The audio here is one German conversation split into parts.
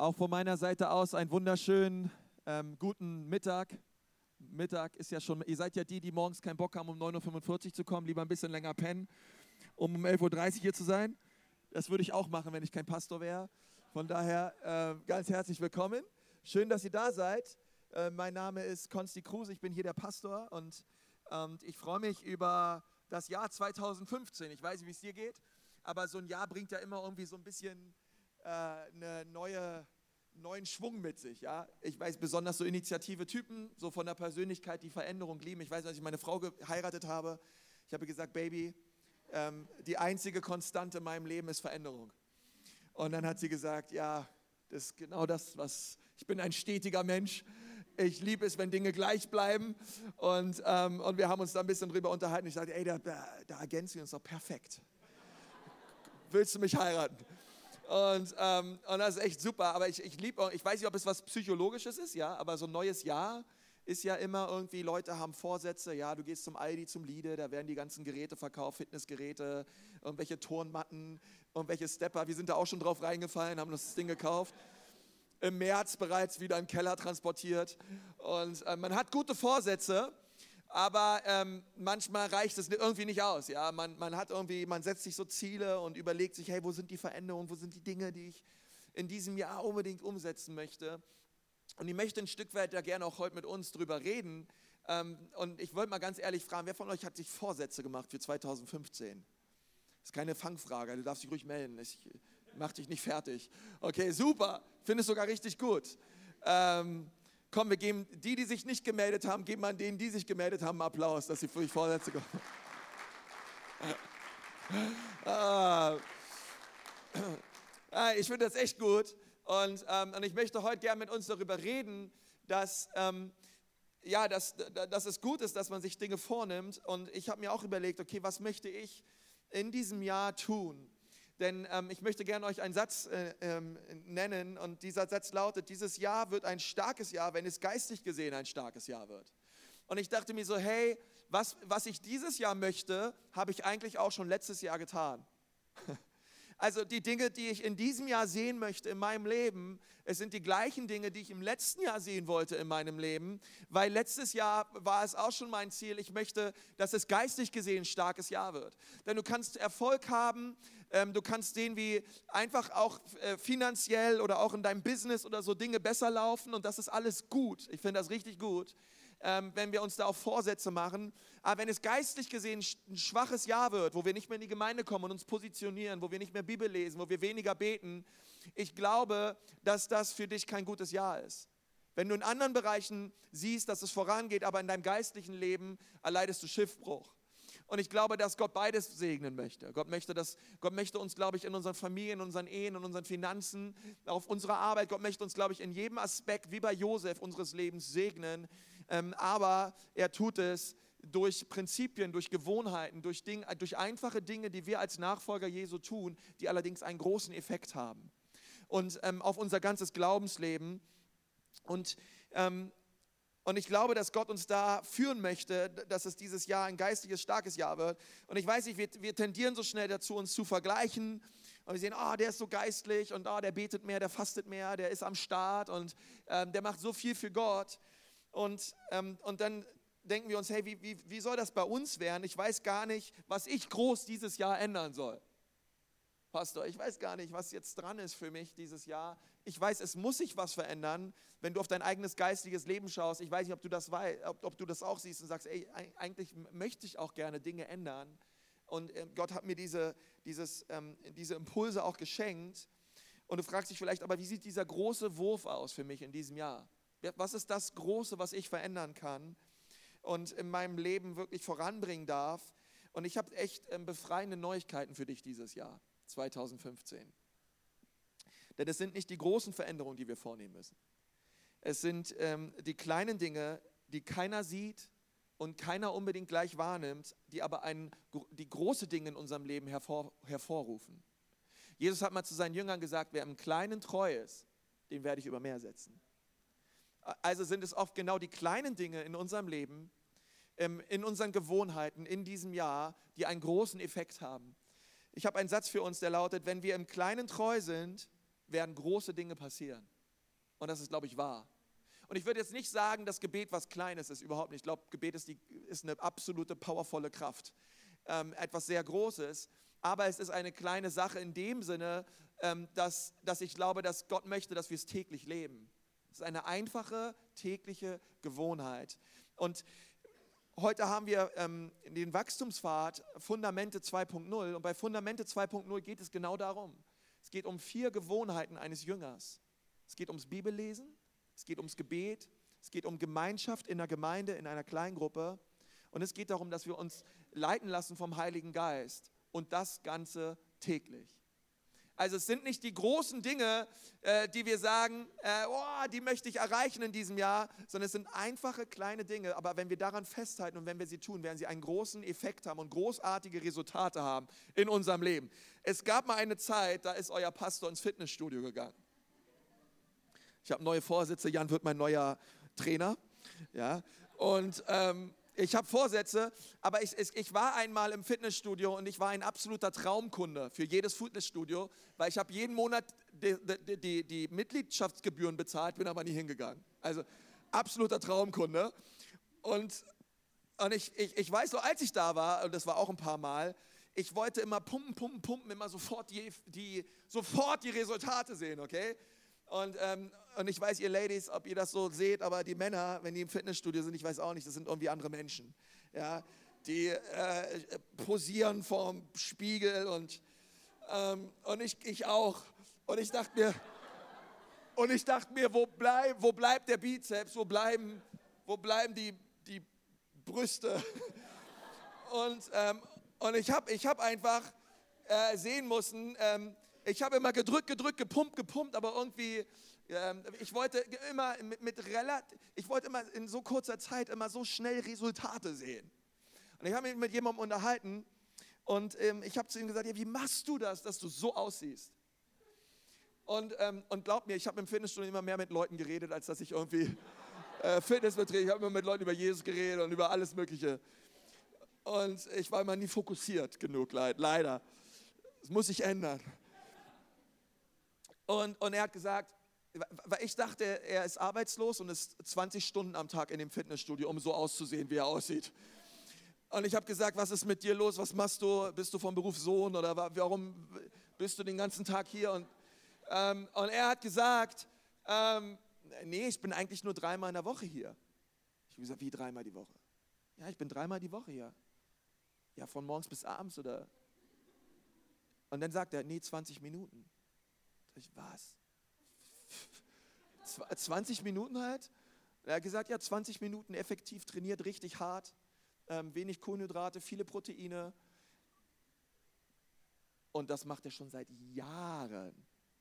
Auch von meiner Seite aus einen wunderschönen guten Mittag. Mittag ist ja schon, ihr seid ja die morgens keinen Bock haben, um 9:45 Uhr zu kommen, lieber ein bisschen länger pennen, um 11:30 Uhr hier zu sein. Das würde ich auch machen, wenn ich kein Pastor wäre. Von daher ganz herzlich willkommen. Schön, dass ihr da seid. Mein Name ist Konsti Kruse, ich bin hier der Pastor und ich freue mich über das Jahr 2015. Ich weiß nicht, wie es dir geht, aber so ein Jahr bringt ja immer irgendwie so ein bisschen einen neuen Schwung mit sich. Ja? Ich weiß, besonders so initiative Typen, so von der Persönlichkeit, die Veränderung lieben. Ich weiß, als ich meine Frau geheiratet habe, ich habe gesagt, Baby, die einzige Konstante in meinem Leben ist Veränderung. Und dann hat sie gesagt, ja, das ist genau das, was, ich bin ein stetiger Mensch. Ich liebe es, wenn Dinge gleich bleiben. Und wir haben uns da ein bisschen drüber unterhalten. Ich sagte, ey, da ergänzen wir uns doch perfekt. Willst du mich heiraten? Und das ist echt super. Aber ich liebe, ich weiß nicht, ob es was Psychologisches ist, ja, aber so ein neues Jahr ist ja immer irgendwie, Leute haben Vorsätze, ja, du gehst zum Aldi, zum Lidl, da werden die ganzen Geräte verkauft, Fitnessgeräte, irgendwelche Turnmatten, irgendwelche Stepper. Wir sind da auch schon drauf reingefallen, haben das Ding gekauft. Im März bereits wieder in den Keller transportiert. Und man hat gute Vorsätze, aber manchmal reicht es irgendwie nicht aus. Ja? Man setzt sich so Ziele und überlegt sich, hey, wo sind die Veränderungen, wo sind die Dinge, die ich in diesem Jahr unbedingt umsetzen möchte. Und ich möchte ein Stück weit da gerne auch heute mit uns drüber reden. Und ich wollte mal ganz ehrlich fragen, wer von euch hat sich Vorsätze gemacht für 2015? Das ist keine Fangfrage, du darfst dich ruhig melden. Ich mach dich nicht fertig. Okay, super, finde es sogar richtig gut. Komm, wir geben die sich nicht gemeldet haben, geben an denen, die sich gemeldet haben, einen Applaus, dass sie für sich Vorsätze gemacht haben. Ich finde das echt gut und ich möchte heute gerne mit uns darüber reden, dass es gut ist, dass man sich Dinge vornimmt. Und ich habe mir auch überlegt, okay, was möchte ich in diesem Jahr tun? Denn ich möchte gerne euch einen Satz nennen und dieser Satz lautet, dieses Jahr wird ein starkes Jahr, wenn es geistlich gesehen ein starkes Jahr wird. Und ich dachte mir so, hey, was ich dieses Jahr möchte, habe ich eigentlich auch schon letztes Jahr getan. Also die Dinge, die ich in diesem Jahr sehen möchte in meinem Leben, es sind die gleichen Dinge, die ich im letzten Jahr sehen wollte in meinem Leben, weil letztes Jahr war es auch schon mein Ziel, ich möchte, dass es geistlich gesehen ein starkes Jahr wird. Denn du kannst Erfolg haben, du kannst sehen, wie einfach auch finanziell oder auch in deinem Business oder so Dinge besser laufen und das ist alles gut. Ich finde das richtig gut, wenn wir uns da auch Vorsätze machen. Aber wenn es geistlich gesehen ein schwaches Jahr wird, wo wir nicht mehr in die Gemeinde kommen und uns positionieren, wo wir nicht mehr Bibel lesen, wo wir weniger beten, ich glaube, dass das für dich kein gutes Jahr ist. Wenn du in anderen Bereichen siehst, dass es vorangeht, aber in deinem geistlichen Leben erleidest du Schiffbruch. Und ich glaube, dass Gott beides segnen möchte. Gott möchte uns, glaube ich, in unseren Familien, in unseren Ehen, in unseren Finanzen, auf unserer Arbeit, Gott möchte uns, glaube ich, in jedem Aspekt, wie bei Josef, unseres Lebens segnen. Aber er tut es durch Prinzipien, durch Gewohnheiten, durch einfache Dinge, die wir als Nachfolger Jesu tun, die allerdings einen großen Effekt haben. Und auf unser ganzes Glaubensleben. Und ich glaube, dass Gott uns da führen möchte, dass es dieses Jahr ein geistliches, starkes Jahr wird. Und ich weiß nicht, wir tendieren so schnell dazu, uns zu vergleichen. Und wir sehen, der ist so geistlich und der betet mehr, der fastet mehr, der ist am Start und der macht so viel für Gott. Und dann denken wir uns, hey, wie soll das bei uns werden? Ich weiß gar nicht, was ich groß dieses Jahr ändern soll. Pastor, ich weiß gar nicht, was jetzt dran ist für mich dieses Jahr. Ich weiß, es muss sich was verändern, wenn du auf dein eigenes geistiges Leben schaust. Ich weiß nicht, ob du das auch siehst und sagst, ey, eigentlich möchte ich auch gerne Dinge ändern. Und Gott hat mir diese Impulse auch geschenkt. Und du fragst dich vielleicht, aber wie sieht dieser große Wurf aus für mich in diesem Jahr? Was ist das Große, was ich verändern kann und in meinem Leben wirklich voranbringen darf? Und ich habe echt befreiende Neuigkeiten für dich dieses Jahr. 2015. Denn es sind nicht die großen Veränderungen, die wir vornehmen müssen. Es sind die kleinen Dinge, die keiner sieht und keiner unbedingt gleich wahrnimmt, die aber die großen Dinge in unserem Leben hervorrufen. Jesus hat mal zu seinen Jüngern gesagt, wer im Kleinen treu ist, den werde ich über Meer setzen. Also sind es oft genau die kleinen Dinge in unserem Leben, in unseren Gewohnheiten in diesem Jahr, die einen großen Effekt haben. Ich habe einen Satz für uns, der lautet, wenn wir im Kleinen treu sind, werden große Dinge passieren. Und das ist, glaube ich, wahr. Und ich würde jetzt nicht sagen, dass Gebet was Kleines ist, überhaupt nicht. Ich glaube, Gebet ist eine absolute, powervolle Kraft. Etwas sehr Großes, aber es ist eine kleine Sache in dem Sinne, dass ich glaube, dass Gott möchte, dass wir es täglich leben. Es ist eine einfache, tägliche Gewohnheit. Und heute haben wir den Wachstumspfad Fundamente 2.0 und bei Fundamente 2.0 geht es genau darum. Es geht um 4 Gewohnheiten eines Jüngers. Es geht ums Bibellesen, es geht ums Gebet, es geht um Gemeinschaft in der Gemeinde, in einer Kleingruppe und es geht darum, dass wir uns leiten lassen vom Heiligen Geist und das Ganze täglich. Also es sind nicht die großen Dinge, die wir sagen, die möchte ich erreichen in diesem Jahr, sondern es sind einfache kleine Dinge. Aber wenn wir daran festhalten und wenn wir sie tun, werden sie einen großen Effekt haben und großartige Resultate haben in unserem Leben. Es gab mal eine Zeit, da ist euer Pastor ins Fitnessstudio gegangen. Ich habe neue Vorsätze, Jan wird mein neuer Trainer. Ja? Und ich habe Vorsätze, aber ich war einmal im Fitnessstudio und ich war ein absoluter Traumkunde für jedes Fitnessstudio, weil ich habe jeden Monat die Mitgliedschaftsgebühren bezahlt, bin aber nie hingegangen. Also absoluter Traumkunde. Und ich weiß so, als ich da war, und das war auch ein paar Mal, ich wollte immer pumpen, immer sofort die Resultate sehen, okay? Und ich weiß, ihr Ladies, ob ihr das so seht, aber die Männer, wenn die im Fitnessstudio sind, ich weiß auch nicht, das sind irgendwie andere Menschen. Ja? Die posieren vorm Spiegel und ich auch. Und ich dachte mir, wo bleibt der Bizeps, wo bleiben die Brüste? Und ich hab einfach sehen müssen, ich habe immer gedrückt, gepumpt, aber irgendwie, ich wollte immer in so kurzer Zeit immer so schnell Resultate sehen. Und ich habe mich mit jemandem unterhalten und ich habe zu ihm gesagt, ja, wie machst du das, dass du so aussiehst? Und glaub mir, ich habe im Fitnessstudio immer mehr mit Leuten geredet, als dass ich irgendwie Fitness betrieb. Ich habe immer mit Leuten über Jesus geredet und über alles Mögliche. Und ich war immer nie fokussiert genug, leider. Das muss sich ändern. Und er hat gesagt, weil ich dachte, er ist arbeitslos und ist 20 Stunden am Tag in dem Fitnessstudio, um so auszusehen, wie er aussieht. Und ich habe gesagt, was ist mit dir los? Was machst du? Bist du vom Beruf Sohn oder warum bist du den ganzen Tag hier? Und er hat gesagt, nee, ich bin eigentlich nur 3-mal in der Woche hier. Ich habe gesagt, wie 3-mal die Woche? Ja, ich bin 3-mal die Woche hier. Ja, von morgens bis abends oder? Und dann sagt er, nee, 20 Minuten. Ich, was? 20 Minuten halt? Er hat gesagt, ja, 20 Minuten effektiv trainiert, richtig hart, wenig Kohlenhydrate, viele Proteine. Und das macht er schon seit Jahren.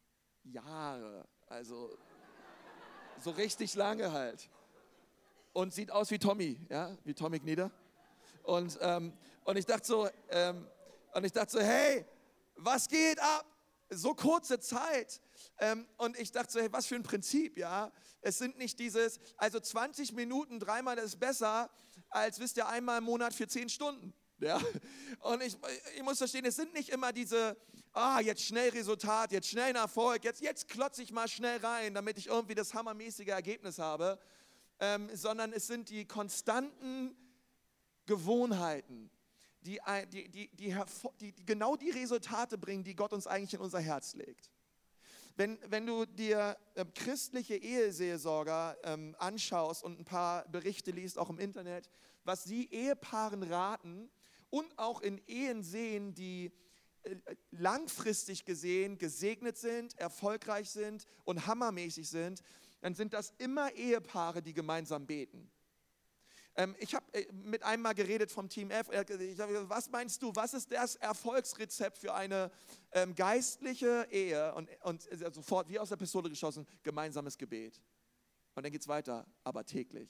Also so richtig lange halt. Und sieht aus wie Tommy, ja, wie Tommy Gnieder. Und ich dachte so, hey, was geht ab? So kurze Zeit. Und ich dachte so, hey, was für ein Prinzip, ja. Es sind nicht also 20 Minuten 3-mal ist besser, als wisst ihr, einmal im Monat für 10 Stunden. Ja. Und ich muss verstehen, es sind nicht immer diese, jetzt schnell Resultat, jetzt schnell ein Erfolg, jetzt klotze ich mal schnell rein, damit ich irgendwie das hammermäßige Ergebnis habe, sondern es sind die konstanten Gewohnheiten, die genau die Resultate bringen, die Gott uns eigentlich in unser Herz legt. Wenn du dir christliche Eheseelsorger anschaust und ein paar Berichte liest, auch im Internet, was sie Ehepaaren raten und auch in Ehen sehen, die langfristig gesehen gesegnet sind, erfolgreich sind und hammermäßig sind, dann sind das immer Ehepaare, die gemeinsam beten. Ich habe mit einem mal geredet vom Team F. Ich habe gesagt, was meinst du, was ist das Erfolgsrezept für eine geistliche Ehe? Und sofort wie aus der Pistole geschossen, gemeinsames Gebet. Und dann geht es weiter, aber täglich.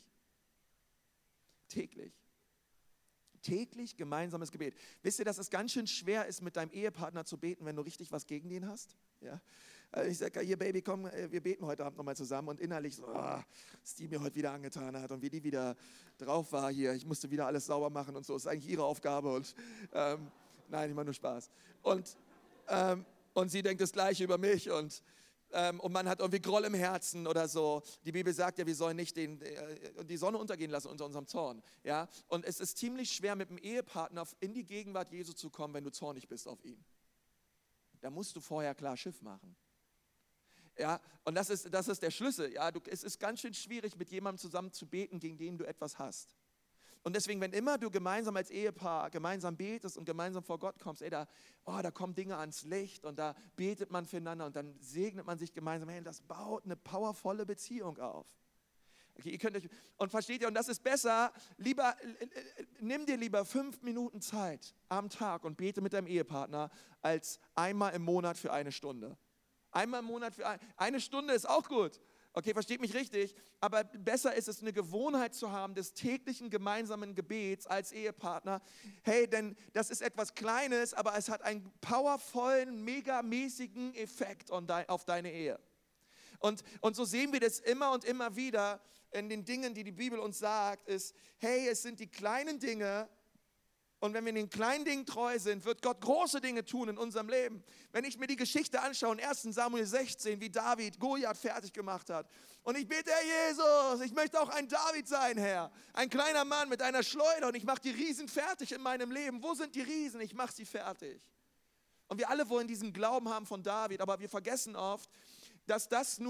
Täglich gemeinsames Gebet. Wisst ihr, dass es ganz schön schwer ist, mit deinem Ehepartner zu beten, wenn du richtig was gegen den hast? Ja? Ich sage, hier Baby, komm, wir beten heute Abend nochmal zusammen und innerlich so, was die mir heute wieder angetan hat und wie die wieder drauf war hier. Ich musste wieder alles sauber machen und so, ist eigentlich ihre Aufgabe und nein, ich mache nur Spaß. Und sie denkt das Gleiche über mich und und man hat irgendwie Groll im Herzen oder so. Die Bibel sagt ja, wir sollen nicht die Sonne untergehen lassen unter unserem Zorn. Ja? Und es ist ziemlich schwer, mit dem Ehepartner in die Gegenwart Jesu zu kommen, wenn du zornig bist auf ihn. Da musst du vorher klar Schiff machen. Ja, und das ist der Schlüssel. Ja, es ist ganz schön schwierig, mit jemandem zusammen zu beten, gegen den du etwas hast. Und deswegen, wenn immer du gemeinsam als Ehepaar gemeinsam betest und gemeinsam vor Gott kommst, da kommen Dinge ans Licht und da betet man füreinander und dann segnet man sich gemeinsam. Hey, das baut eine powervolle Beziehung auf. Okay, ihr könnt euch, und versteht ihr, und das ist besser, nimm dir lieber 5 Minuten Zeit am Tag und bete mit deinem Ehepartner, als einmal im Monat für 1 Stunde. Einmal im Monat für eine Stunde ist auch gut. Okay, versteht mich richtig, aber besser ist es, eine Gewohnheit zu haben des täglichen gemeinsamen Gebets als Ehepartner. Hey, denn das ist etwas Kleines, aber es hat einen powervollen, megamäßigen Effekt auf deine Ehe. Und so sehen wir das immer und immer wieder in den Dingen, die die Bibel uns sagt, ist, hey, es sind die kleinen Dinge. Und wenn wir in den kleinen Dingen treu sind, wird Gott große Dinge tun in unserem Leben. Wenn ich mir die Geschichte anschaue, in 1. Samuel 16, wie David Goliath fertig gemacht hat. Und ich bete, Herr Jesus, ich möchte auch ein David sein, Herr. Ein kleiner Mann mit einer Schleuder und ich mache die Riesen fertig in meinem Leben. Wo sind die Riesen? Ich mache sie fertig. Und wir alle wollen diesen Glauben haben von David, aber wir vergessen oft, dass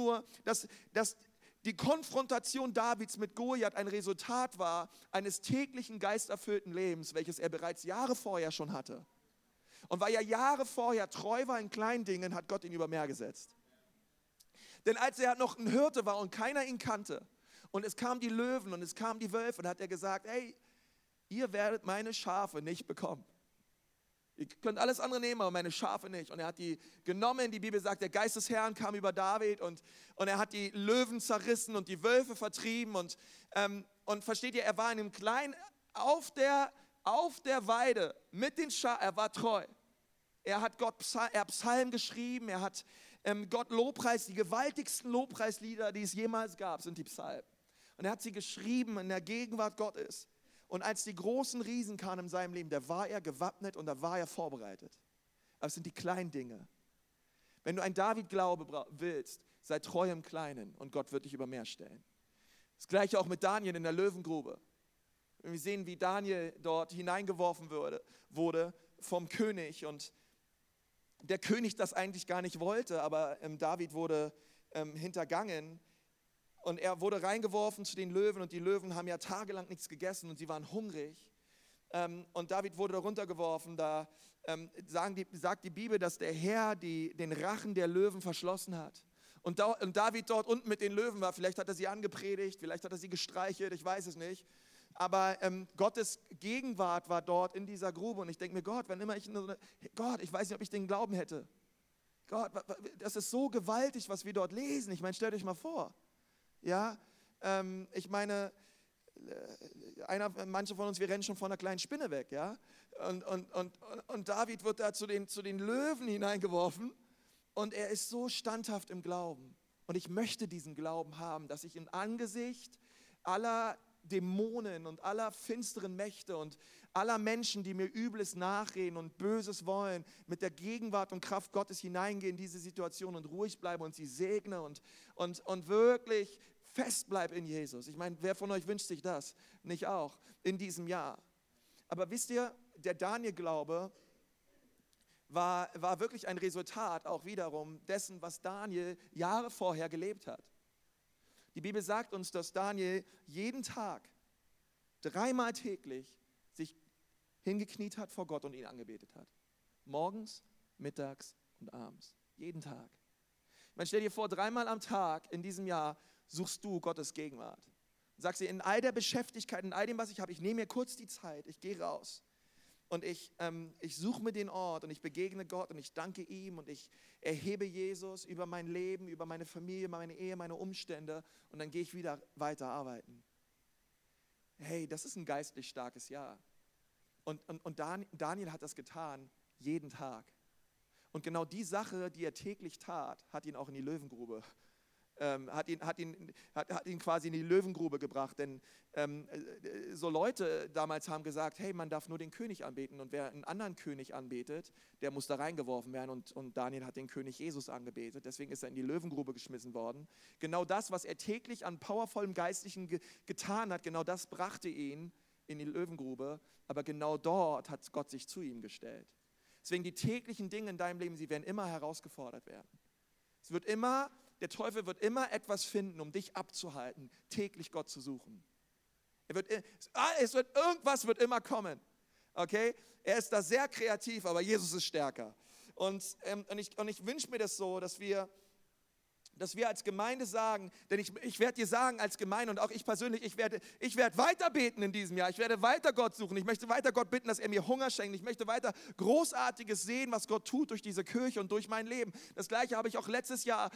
die Konfrontation Davids mit Goliath ein Resultat war eines täglichen geisterfüllten Lebens, welches er bereits Jahre vorher schon hatte. Und weil er Jahre vorher treu war in kleinen Dingen, hat Gott ihn über Meer gesetzt. Denn als er noch ein Hirte war und keiner ihn kannte, und es kamen die Löwen und es kamen die Wölfe, dann hat er gesagt, hey, ihr werdet meine Schafe nicht bekommen. Ihr könnt alles andere nehmen, aber meine Schafe nicht. Und er hat die genommen, die Bibel sagt, der Geist des Herrn kam über David und er hat die Löwen zerrissen und die Wölfe vertrieben. Und versteht ihr, er war in einem kleinen, auf der Weide mit den Schafen, er war treu. Er hat Psalm geschrieben, er hat Gott Lobpreis, die gewaltigsten Lobpreislieder, die es jemals gab, sind die Psalmen. Und er hat sie geschrieben in der Gegenwart Gottes. Und als die großen Riesen kamen in seinem Leben, da war er gewappnet und da war er vorbereitet. Aber es sind die kleinen Dinge. Wenn du ein David-Glaube willst, sei treu im Kleinen und Gott wird dich über Meer stellen. Das Gleiche auch mit Daniel in der Löwengrube. Wir sehen, wie Daniel dort hineingeworfen wurde vom König und der König das eigentlich gar nicht wollte, aber David wurde hintergangen. Und er wurde reingeworfen zu den Löwen und die Löwen haben ja tagelang nichts gegessen und sie waren hungrig. Und David wurde da runtergeworfen. Da sagt die Bibel, dass der Herr den Rachen der Löwen verschlossen hat. Und David dort unten mit den Löwen war. Vielleicht hat er sie angepredigt, vielleicht hat er sie gestreichelt, ich weiß es nicht. Aber Gottes Gegenwart war dort in dieser Grube. Und ich denke mir, Gott, ich weiß nicht, ob ich den Glauben hätte. Gott, das ist so gewaltig, was wir dort lesen. Ich meine, stellt euch mal vor. Ja, ich meine, manche von uns, wir rennen schon vor einer kleinen Spinne weg, ja. Und David wird da zu den Löwen hineingeworfen und er ist so standhaft im Glauben. Und ich möchte diesen Glauben haben, dass ich im Angesicht aller Dämonen und aller finsteren Mächte und aller Menschen, die mir Übles nachreden und Böses wollen, mit der Gegenwart und Kraft Gottes hineingehe in diese Situation und ruhig bleibe und sie segne und wirklich fest bleibe in Jesus. Ich meine, wer von euch wünscht sich das? Nicht auch in diesem Jahr. Aber wisst ihr, der Daniel-Glaube war wirklich ein Resultat auch wiederum dessen, was Daniel Jahre vorher gelebt hat. Die Bibel sagt uns, dass Daniel jeden Tag 3-mal täglich sich hingekniet hat vor Gott und ihn angebetet hat. Morgens, mittags und abends. Jeden Tag. Man stell dir vor, 3-mal am Tag in diesem Jahr suchst du Gottes Gegenwart. Sagst dir, in all der Beschäftigkeit, in all dem, was ich habe, ich nehme mir kurz die Zeit, ich gehe raus und ich suche mir den Ort und ich begegne Gott und ich danke ihm und ich erhebe Jesus über mein Leben, über meine Familie, meine Ehe, meine Umstände und dann gehe ich wieder weiter arbeiten. Hey, das ist ein geistlich starkes Jahr. Und Daniel hat das getan, jeden Tag. Und genau die Sache, die er täglich tat, hat ihn auch in die Löwengrube hat ihn quasi in die Löwengrube gebracht. Denn so Leute damals haben gesagt, hey, man darf nur den König anbeten und wer einen anderen König anbetet, der muss da reingeworfen werden. Und Daniel hat den König Jesus angebetet, deswegen ist er in die Löwengrube geschmissen worden. Genau das, was er täglich an powervollem Geistlichen getan hat, genau das brachte ihn in die Löwengrube, aber genau dort hat Gott sich zu ihm gestellt. Deswegen die täglichen Dinge in deinem Leben, sie werden immer herausgefordert werden. Der Teufel wird immer etwas finden, um dich abzuhalten, täglich Gott zu suchen. Irgendwas wird immer kommen. Okay? Er ist da sehr kreativ, aber Jesus ist stärker. Und ich wünsche mir das so, dass wir als Gemeinde sagen, denn ich werde dir sagen als Gemeinde und auch ich persönlich, ich werde weiter beten in diesem Jahr. Ich werde weiter Gott suchen. Ich möchte weiter Gott bitten, dass er mir Hunger schenkt. Ich möchte weiter Großartiges sehen, was Gott tut durch diese Kirche und durch mein Leben. Das Gleiche habe ich auch letztes Jahr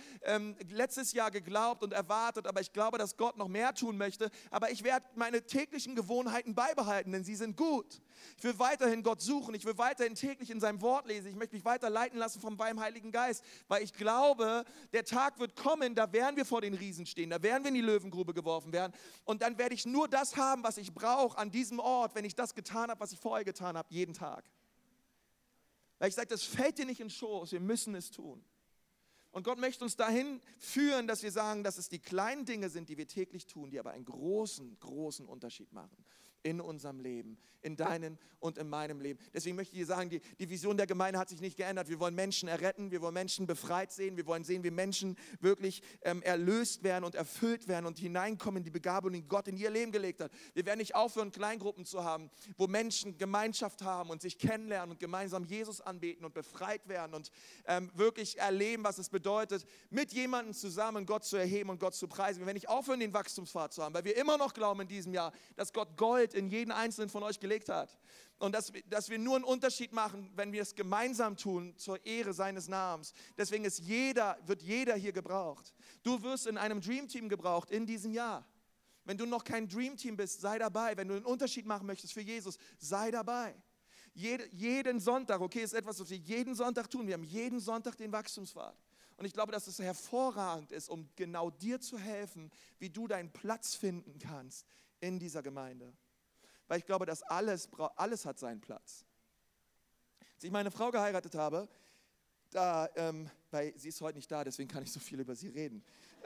geglaubt und erwartet, aber ich glaube, dass Gott noch mehr tun möchte. Aber ich werde meine täglichen Gewohnheiten beibehalten, denn sie sind gut. Ich will weiterhin Gott suchen. Ich will weiterhin täglich in seinem Wort lesen. Ich möchte mich weiter leiten lassen vom Heiligen Geist, weil ich glaube, der Tag wird kommen, da werden wir vor den Riesen stehen, da werden wir in die Löwengrube geworfen werden und dann werde ich nur das haben, was ich brauche an diesem Ort, wenn ich das getan habe, was ich vorher getan habe, jeden Tag. Weil ich sage, das fällt dir nicht in den Schoß, wir müssen es tun. Und Gott möchte uns dahin führen, dass wir sagen, dass es die kleinen Dinge sind, die wir täglich tun, die aber einen großen, großen Unterschied machen in unserem Leben, in deinem und in meinem Leben. Deswegen möchte ich dir sagen, die Vision der Gemeinde hat sich nicht geändert. Wir wollen Menschen erretten, wir wollen Menschen befreit sehen, wir wollen sehen, wie Menschen wirklich erlöst werden und erfüllt werden und hineinkommen in die Begabung, die Gott in ihr Leben gelegt hat. Wir werden nicht aufhören, Kleingruppen zu haben, wo Menschen Gemeinschaft haben und sich kennenlernen und gemeinsam Jesus anbeten und befreit werden und wirklich erleben, was es bedeutet, mit jemandem zusammen Gott zu erheben und Gott zu preisen. Wir werden nicht aufhören, den Wachstumspfad zu haben, weil wir immer noch glauben in diesem Jahr, dass Gott Gold in jeden einzelnen von euch gelegt hat. Und dass wir nur einen Unterschied machen, wenn wir es gemeinsam tun, zur Ehre seines Namens. Deswegen wird jeder hier gebraucht. Du wirst in einem Dreamteam gebraucht in diesem Jahr. Wenn du noch kein Dreamteam bist, sei dabei. Wenn du einen Unterschied machen möchtest für Jesus, sei dabei. Jeden Sonntag, okay, ist etwas, was wir jeden Sonntag tun. Wir haben jeden Sonntag den Wachstumspfad. Und ich glaube, dass es hervorragend ist, um genau dir zu helfen, wie du deinen Platz finden kannst in dieser Gemeinde. Weil ich glaube, dass alles hat seinen Platz. Als ich meine Frau geheiratet habe, weil sie ist heute nicht da, deswegen kann ich so viel über sie reden.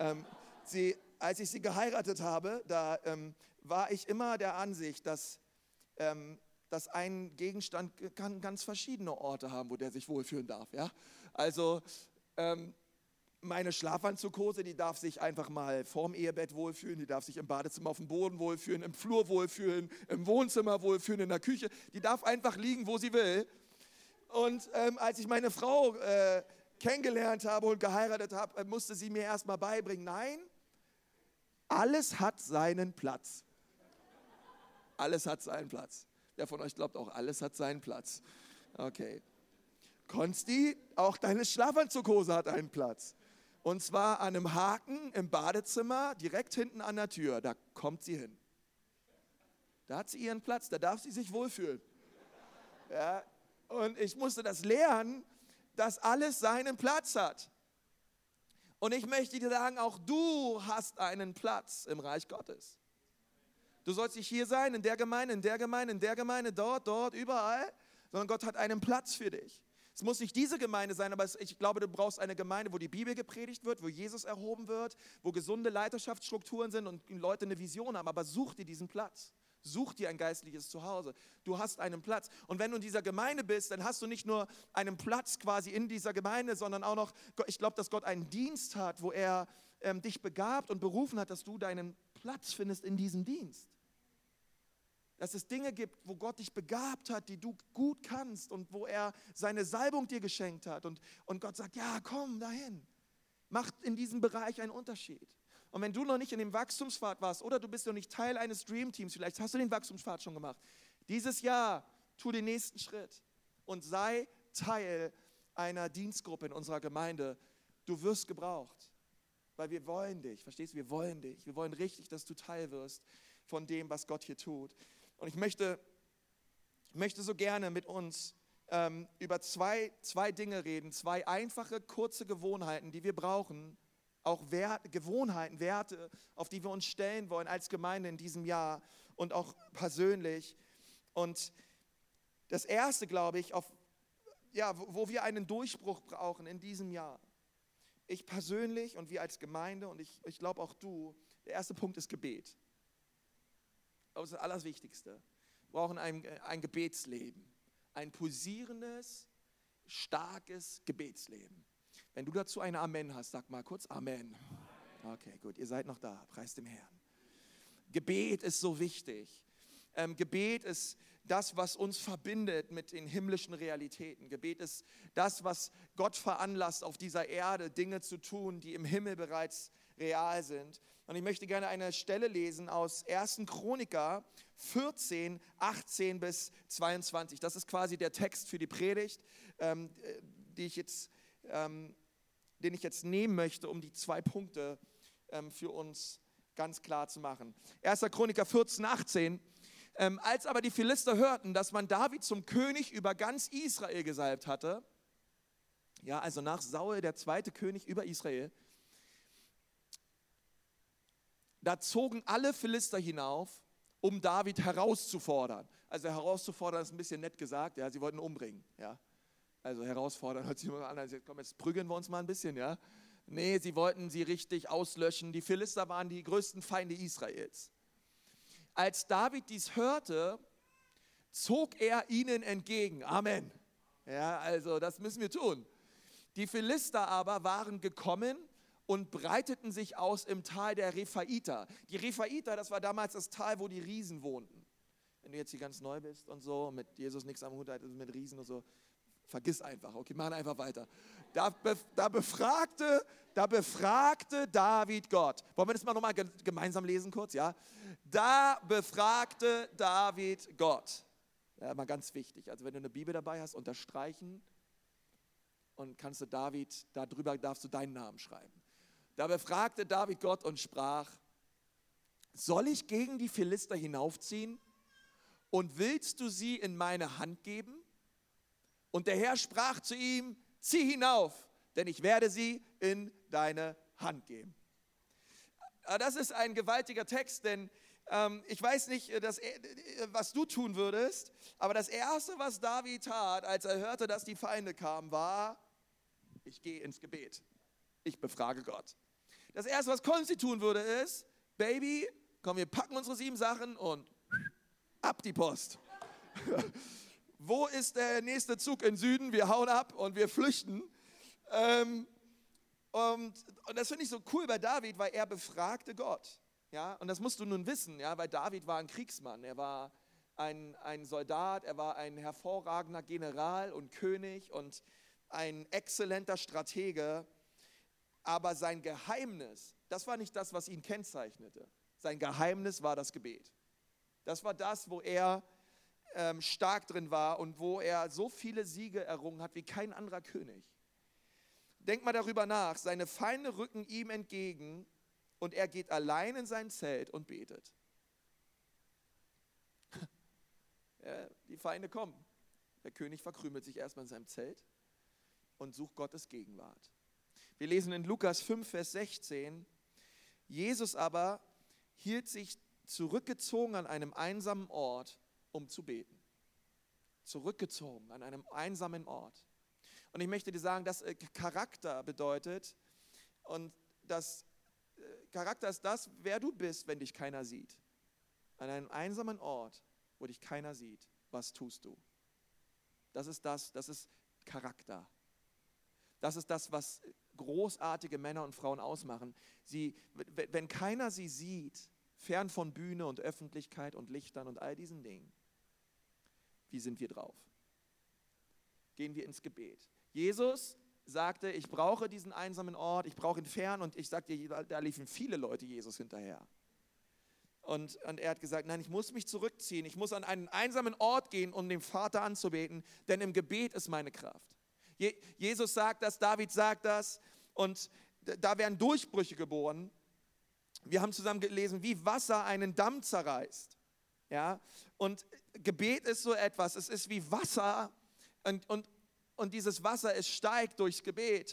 Als ich sie geheiratet habe, da war ich immer der Ansicht, dass ein Gegenstand kann ganz verschiedene Orte haben, wo der sich wohlfühlen darf. Ja? Also meine Schlafanzughose, die darf sich einfach mal vorm Ehebett wohlfühlen, die darf sich im Badezimmer auf dem Boden wohlfühlen, im Flur wohlfühlen, im Wohnzimmer wohlfühlen, in der Küche. Die darf einfach liegen, wo sie will. Und als ich meine Frau kennengelernt habe und geheiratet habe, musste sie mir erstmal beibringen, nein, alles hat seinen Platz. Alles hat seinen Platz. Wer von euch glaubt auch, alles hat seinen Platz? Okay. Konsti, auch deine Schlafanzughose hat einen Platz. Und zwar an einem Haken im Badezimmer, direkt hinten an der Tür. Da kommt sie hin. Da hat sie ihren Platz, da darf sie sich wohlfühlen. Ja, und ich musste das lernen, dass alles seinen Platz hat. Und ich möchte dir sagen, auch du hast einen Platz im Reich Gottes. Du sollst nicht hier sein, in der Gemeinde, in der Gemeinde, in der Gemeinde, dort, überall, sondern Gott hat einen Platz für dich. Es muss nicht diese Gemeinde sein, aber ich glaube, du brauchst eine Gemeinde, wo die Bibel gepredigt wird, wo Jesus erhoben wird, wo gesunde Leiterschaftsstrukturen sind und Leute eine Vision haben. Aber such dir diesen Platz. Such dir ein geistliches Zuhause. Du hast einen Platz. Und wenn du in dieser Gemeinde bist, dann hast du nicht nur einen Platz quasi in dieser Gemeinde, sondern auch noch, ich glaube, dass Gott einen Dienst hat, wo er dich begabt und berufen hat, dass du deinen Platz findest in diesem Dienst. Dass es Dinge gibt, wo Gott dich begabt hat, die du gut kannst und wo er seine Salbung dir geschenkt hat. Und Gott sagt, ja, komm dahin. Mach in diesem Bereich einen Unterschied. Und wenn du noch nicht in dem Wachstumspfad warst oder du bist noch nicht Teil eines Dreamteams, vielleicht hast du den Wachstumspfad schon gemacht, dieses Jahr tu den nächsten Schritt und sei Teil einer Dienstgruppe in unserer Gemeinde. Du wirst gebraucht, weil wir wollen dich, verstehst du, wir wollen dich. Wir wollen richtig, dass du Teil wirst von dem, was Gott hier tut. Und ich möchte so gerne mit uns über zwei Dinge reden, zwei einfache, kurze Gewohnheiten, die wir brauchen, auch Gewohnheiten, Werte, auf die wir uns stellen wollen als Gemeinde in diesem Jahr und auch persönlich. Und das Erste, glaube ich, wo wir einen Durchbruch brauchen in diesem Jahr, ich persönlich und wir als Gemeinde und ich glaube auch du, der erste Punkt ist Gebet. Das ist das Allerwichtigste. Wir brauchen ein Gebetsleben, ein pulsierendes, starkes Gebetsleben. Wenn du dazu ein Amen hast, sag mal kurz Amen. Okay, gut, ihr seid noch da, preist dem Herrn. Gebet ist so wichtig. Gebet ist das, was uns verbindet mit den himmlischen Realitäten. Gebet ist das, was Gott veranlasst, auf dieser Erde Dinge zu tun, die im Himmel bereits real sind. Und ich möchte gerne eine Stelle lesen aus 1. Chroniker 14, 18 bis 22. Das ist quasi der Text für die Predigt, den ich jetzt nehmen möchte, um die 2 Punkte für uns ganz klar zu machen. 1. Chroniker 14, 18. Als aber die Philister hörten, dass man David zum König über ganz Israel gesalbt hatte, ja, also nach Saul der 2. König über Israel, da zogen alle Philister hinauf, um David herauszufordern. Also herauszufordern ist ein bisschen nett gesagt, ja, sie wollten ihn umbringen, ja. Also herausfordern hört sich immer an, also komm, jetzt prügeln wir uns mal ein bisschen, ja. Nee, sie wollten sie richtig auslöschen. Die Philister waren die größten Feinde Israels. Als David dies hörte, zog er ihnen entgegen. Amen. Ja, also das müssen wir tun. Die Philister aber waren gekommen und breiteten sich aus im Tal der Rephaiter. Die Rephaiter, das war damals das Tal, wo die Riesen wohnten. Wenn du jetzt hier ganz neu bist und so, mit Jesus nichts am Hut hast, mit Riesen und so, vergiss einfach, okay, machen einfach weiter. Da befragte David Gott. Wollen wir das mal nochmal gemeinsam lesen kurz, ja? Da befragte David Gott. Ja, mal ganz wichtig. Also wenn du eine Bibel dabei hast, unterstreichen und darüber darfst du deinen Namen schreiben. Da befragte David Gott und sprach, soll ich gegen die Philister hinaufziehen und willst du sie in meine Hand geben? Und der Herr sprach zu ihm, zieh hinauf, denn ich werde sie in deine Hand geben. Das ist ein gewaltiger Text, denn ich weiß nicht, was du tun würdest, aber das Erste, was David tat, als er hörte, dass die Feinde kamen, war, ich gehe ins Gebet. Ich befrage Gott. Das Erste, was Konsti tun würde, ist, Baby, komm, wir packen unsere 7 Sachen und ab die Post. Wo ist der nächste Zug in Süden? Wir hauen ab und wir flüchten. Und das finde ich so cool bei David, weil er befragte Gott. Ja? Und das musst du nun wissen, ja? Weil David war ein Kriegsmann. Er war ein Soldat, er war ein hervorragender General und König und ein exzellenter Stratege. Aber sein Geheimnis, das war nicht das, was ihn kennzeichnete. Sein Geheimnis war das Gebet. Das war das, wo er stark drin war und wo er so viele Siege errungen hat wie kein anderer König. Denk mal darüber nach, seine Feinde rücken ihm entgegen und er geht allein in sein Zelt und betet. Ja, die Feinde kommen. Der König verkrümelt sich erstmal in seinem Zelt und sucht Gottes Gegenwart. Wir lesen in Lukas 5, Vers 16, Jesus aber hielt sich zurückgezogen an einem einsamen Ort, um zu beten. Zurückgezogen an einem einsamen Ort. Und ich möchte dir sagen, dass Charakter bedeutet, und das Charakter ist das, wer du bist, wenn dich keiner sieht. An einem einsamen Ort, wo dich keiner sieht, was tust du? Das ist Charakter. Das ist das, was großartige Männer und Frauen ausmachen. Wenn keiner sie sieht, fern von Bühne und Öffentlichkeit und Lichtern und all diesen Dingen, wie sind wir drauf? Gehen wir ins Gebet. Jesus sagte, ich brauche diesen einsamen Ort, ich brauche ihn fern, und ich sagte dir, da liefen viele Leute Jesus hinterher. Und er hat gesagt, nein, ich muss mich zurückziehen, ich muss an einen einsamen Ort gehen, um den Vater anzubeten, denn im Gebet ist meine Kraft. Jesus sagt das, David sagt das, und da werden Durchbrüche geboren. Wir haben zusammen gelesen, wie Wasser einen Damm zerreißt. Ja? Und Gebet ist so etwas, es ist wie Wasser, und dieses Wasser, es steigt durchs Gebet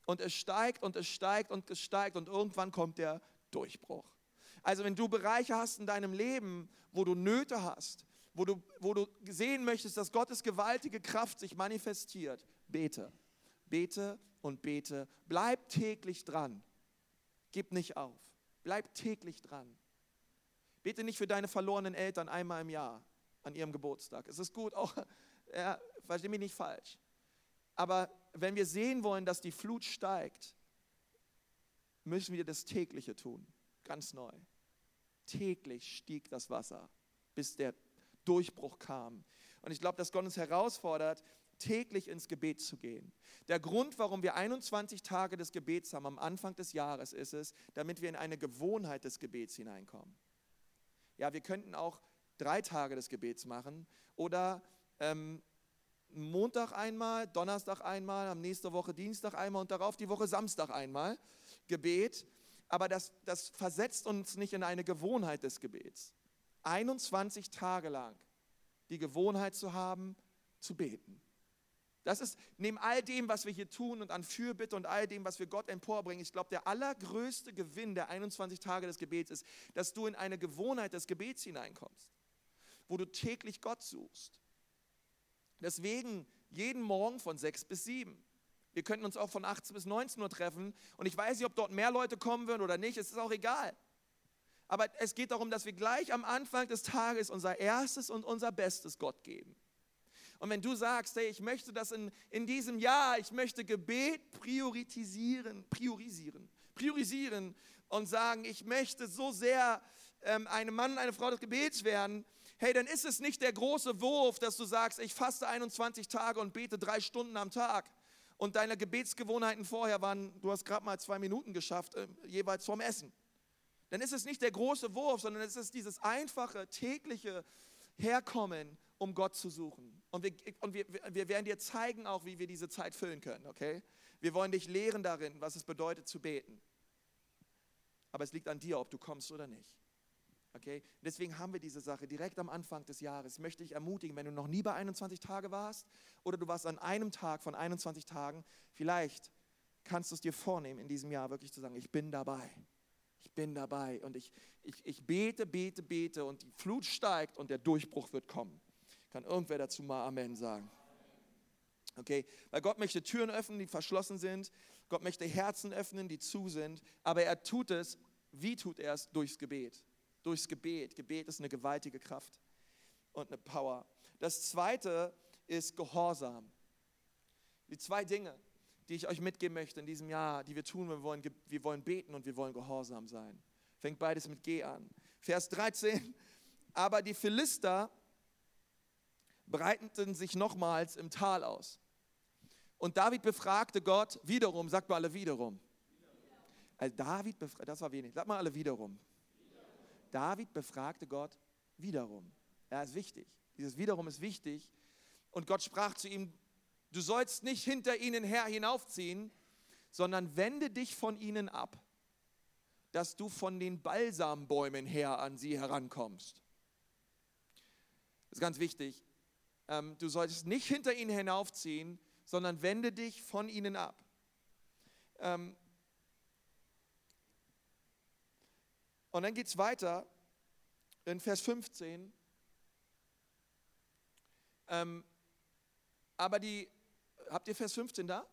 Und es steigt und es steigt und es steigt und irgendwann kommt der Durchbruch. Also wenn du Bereiche hast in deinem Leben, wo du Nöte hast, wo du sehen möchtest, dass Gottes gewaltige Kraft sich manifestiert, bete. Bete und bete. Bleib täglich dran. Gib nicht auf. Bleib täglich dran. Bete nicht für deine verlorenen Eltern einmal im Jahr an ihrem Geburtstag. Es ist gut, auch, ja, versteh mich nicht falsch. Aber wenn wir sehen wollen, dass die Flut steigt, müssen wir das Tägliche tun. Ganz neu. Täglich stieg das Wasser, bis der Durchbruch kam. Und ich glaube, dass Gott uns herausfordert, täglich ins Gebet zu gehen. Der Grund, warum wir 21 Tage des Gebets haben am Anfang des Jahres, ist es, damit wir in eine Gewohnheit des Gebets hineinkommen. Ja, wir könnten auch 3 Tage des Gebets machen oder Montag einmal, Donnerstag einmal, am nächsten Woche Dienstag einmal und darauf die Woche Samstag einmal Gebet. Aber das versetzt uns nicht in eine Gewohnheit des Gebets. 21 Tage lang die Gewohnheit zu haben, zu beten. Das ist neben all dem, was wir hier tun und an Fürbitte und all dem, was wir Gott emporbringen, ich glaube, der allergrößte Gewinn der 21 Tage des Gebets ist, dass du in eine Gewohnheit des Gebets hineinkommst, wo du täglich Gott suchst. Deswegen jeden Morgen von 6 bis 7. Wir könnten uns auch von 18 bis 19 Uhr treffen und ich weiß nicht, ob dort mehr Leute kommen würden oder nicht, es ist auch egal. Aber es geht darum, dass wir gleich am Anfang des Tages unser Erstes und unser Bestes Gott geben. Und wenn du sagst, hey, ich möchte das in diesem Jahr, ich möchte Gebet priorisieren und sagen, ich möchte so sehr ein Mann, eine Frau des Gebets werden, hey, dann ist es nicht der große Wurf, dass du sagst, ich faste 21 Tage und bete 3 Stunden am Tag. Und deine Gebetsgewohnheiten vorher waren, du hast gerade mal 2 Minuten geschafft, jeweils vorm Essen. Dann ist es nicht der große Wurf, sondern es ist dieses einfache, tägliche Herkommen, um Gott zu suchen. Und wir werden dir zeigen auch, wie wir diese Zeit füllen können, okay? Wir wollen dich lehren darin, was es bedeutet zu beten. Aber es liegt an dir, ob du kommst oder nicht. Okay? Deswegen haben wir diese Sache direkt am Anfang des Jahres. Möchte ich ermutigen, wenn du noch nie bei 21 Tage warst oder du warst an einem Tag von 21 Tagen, vielleicht kannst du es dir vornehmen, in diesem Jahr wirklich zu sagen, ich bin dabei. Ich bin dabei und ich bete und die Flut steigt und der Durchbruch wird kommen. Kann irgendwer dazu mal Amen sagen? Okay, weil Gott möchte Türen öffnen, die verschlossen sind. Gott möchte Herzen öffnen, die zu sind. Aber er tut es, wie tut er es? Durchs Gebet. Durchs Gebet. Gebet ist eine gewaltige Kraft und eine Power. Das zweite ist Gehorsam. Die 2 Dinge, die ich euch mitgeben möchte in diesem Jahr, die wir tun, wir wollen beten und wir wollen gehorsam sein. Fängt beides mit G an. Vers 13, aber die Philister breiteten sich nochmals im Tal aus. Und David befragte Gott wiederum, sagt mal alle wiederum. Also das war wenig, sagt mal alle wiederum. David befragte Gott wiederum. Ja, ist wichtig. Dieses wiederum ist wichtig. Und Gott sprach zu ihm, du sollst nicht hinter ihnen her hinaufziehen, sondern wende dich von ihnen ab, dass du von den Balsambäumen her an sie herankommst. Das ist ganz wichtig. Du solltest nicht hinter ihnen hinaufziehen, sondern wende dich von ihnen ab. Und dann geht es weiter in Vers 15. Habt ihr Vers 15 da?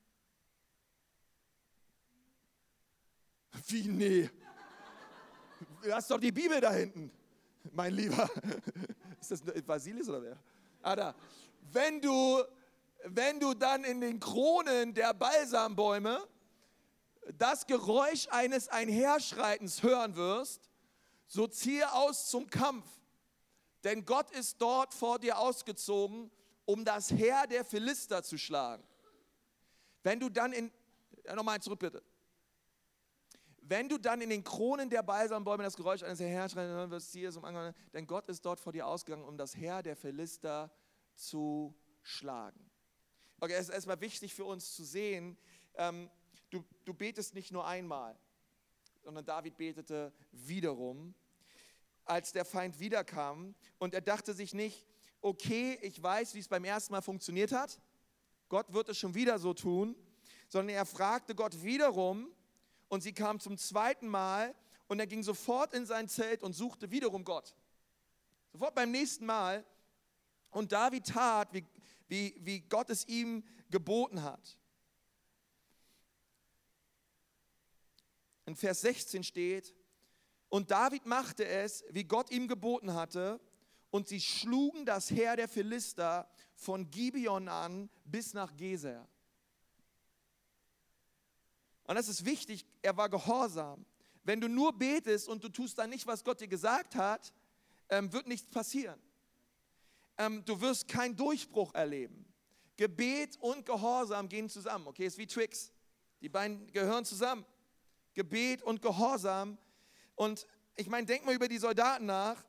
Wie, nee. Du hast doch die Bibel da hinten, mein Lieber. Ist das Vasilis oder wer? Da. Wenn du dann in den Kronen der Balsambäume das Geräusch eines Einherschreitens hören wirst, so ziehe aus zum Kampf. Denn Gott ist dort vor dir ausgezogen, um das Heer der Philister zu schlagen. Wenn du dann nochmal zurück bitte. Wenn du dann in den Kronen der Balsambäume das Geräusch eines Einherschreitens hören wirst, ziehe es um Angriff, denn Gott ist dort vor dir ausgegangen, um das Heer der Philister zu schlagen. Okay, es ist erstmal wichtig für uns zu sehen, du betest nicht nur einmal, sondern David betete wiederum, als der Feind wiederkam. Und er dachte sich nicht, okay, ich weiß, wie es beim ersten Mal funktioniert hat. Gott wird es schon wieder so tun. sondern er fragte Gott wiederum und sie kam zum zweiten Mal und er ging sofort in sein Zelt und suchte wiederum Gott. Sofort beim nächsten Mal. Und David tat, wie Gott es ihm geboten hat. In Vers 16 steht, und David machte es, wie Gott ihm geboten hatte, und sie schlugen das Heer der Philister von Gibeon an bis nach Geser. Und das ist wichtig, er war gehorsam. Wenn du nur betest und du tust dann nicht, was Gott dir gesagt hat, wird nichts passieren. Du wirst keinen Durchbruch erleben. Gebet und Gehorsam gehen zusammen, okay, ist wie Twix. Die beiden gehören zusammen. Gebet und Gehorsam. Und ich meine, denk mal über die Soldaten nach.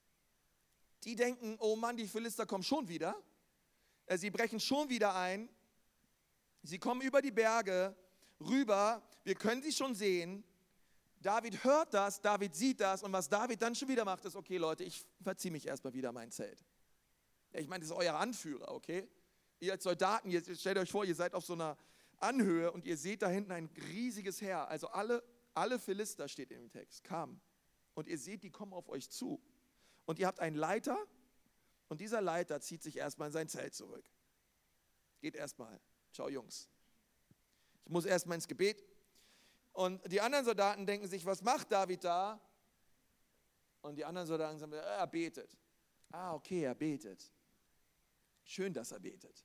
Die denken, oh Mann, die Philister kommen schon wieder. Sie brechen schon wieder ein. Sie kommen über die Berge rüber. Wir können sie schon sehen. David hört das, David sieht das. Und was David dann schon wieder macht, ist, okay Leute, ich verziehe mich erstmal wieder in mein Zelt. Ich meine, das ist euer Anführer, okay? Ihr als Soldaten, stellt euch vor, ihr seid auf so einer Anhöhe und ihr seht da hinten ein riesiges Heer. Also alle Philister, steht in dem Text, kamen. Und ihr seht, die kommen auf euch zu. Und ihr habt einen Leiter und dieser Leiter zieht sich erstmal in sein Zelt zurück. Geht erstmal. Ciao Jungs. Ich muss erstmal ins Gebet. Und die anderen Soldaten denken sich, was macht David da? Und die anderen Soldaten sagen, er betet. Ah, okay, er betet. Schön, dass er betet.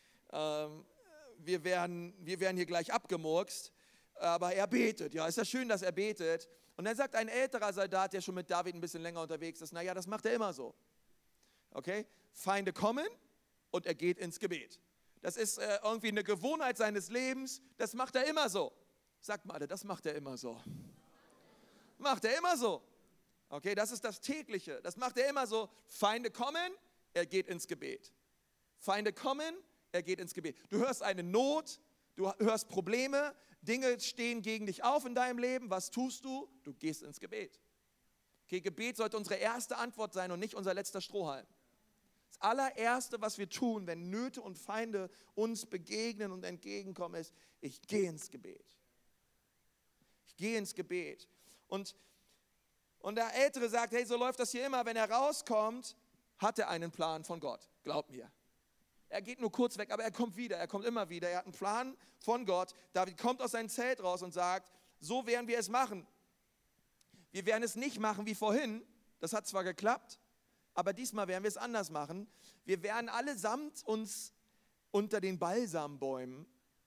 Wir werden hier gleich abgemurkst, aber er betet. Ja, ist ja schön, dass er betet. Und dann sagt ein älterer Soldat, der schon mit David ein bisschen länger unterwegs ist, naja, das macht er immer so. Okay? Feinde kommen und er geht ins Gebet. Das ist irgendwie eine Gewohnheit seines Lebens, das macht er immer so. Sagt mal, das macht er immer so. Macht er immer so. Okay, das ist das Tägliche. Das macht er immer so. Feinde kommen, er geht ins Gebet. Feinde kommen, er geht ins Gebet. Du hörst eine Not, du hörst Probleme, Dinge stehen gegen dich auf in deinem Leben. Was tust du? Du gehst ins Gebet. Okay, Gebet sollte unsere erste Antwort sein und nicht unser letzter Strohhalm. Das allererste, was wir tun, wenn Nöte und Feinde uns begegnen und entgegenkommen, ist, ich gehe ins Gebet. Ich gehe ins Gebet. Und der Ältere sagt, hey, so läuft das hier immer. Wenn er rauskommt, hat er einen Plan von Gott. Glaub mir. Er geht nur kurz weg, aber er kommt wieder. Er kommt immer wieder. Er hat einen Plan von Gott. David kommt aus seinem Zelt raus und sagt, so werden wir es machen. Wir werden es nicht machen wie vorhin. Das hat zwar geklappt, aber diesmal werden wir es anders machen. Wir werden allesamt uns unter den Balsambäumen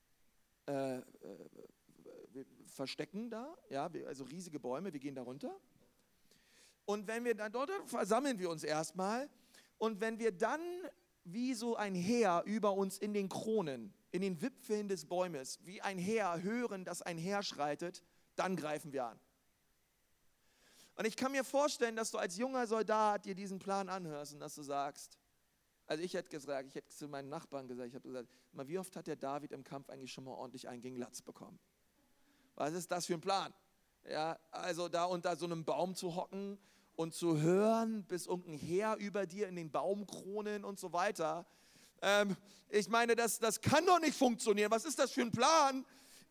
verstecken da. Ja, also riesige Bäume, wir gehen da runter. Und wenn wir dann dort versammeln wir uns erstmal. Und wenn wir dann wie so ein Heer über uns in den Kronen, in den Wipfeln des Baumes, wie ein Heer hören, dass ein Heer schreitet, dann greifen wir an. Und ich kann mir vorstellen, dass du als junger Soldat dir diesen Plan anhörst und dass du sagst, also ich hätte zu meinen Nachbarn gesagt, ich habe gesagt, mal, wie oft hat der David im Kampf eigentlich schon mal ordentlich einen gegen Latz bekommen? Was ist das für ein Plan? Ja, also da unter so einem Baum zu hocken und zu hören, bis irgendein Heer über dir in den Baumkronen und so weiter. Ich meine, das kann doch nicht funktionieren. Was ist das für ein Plan?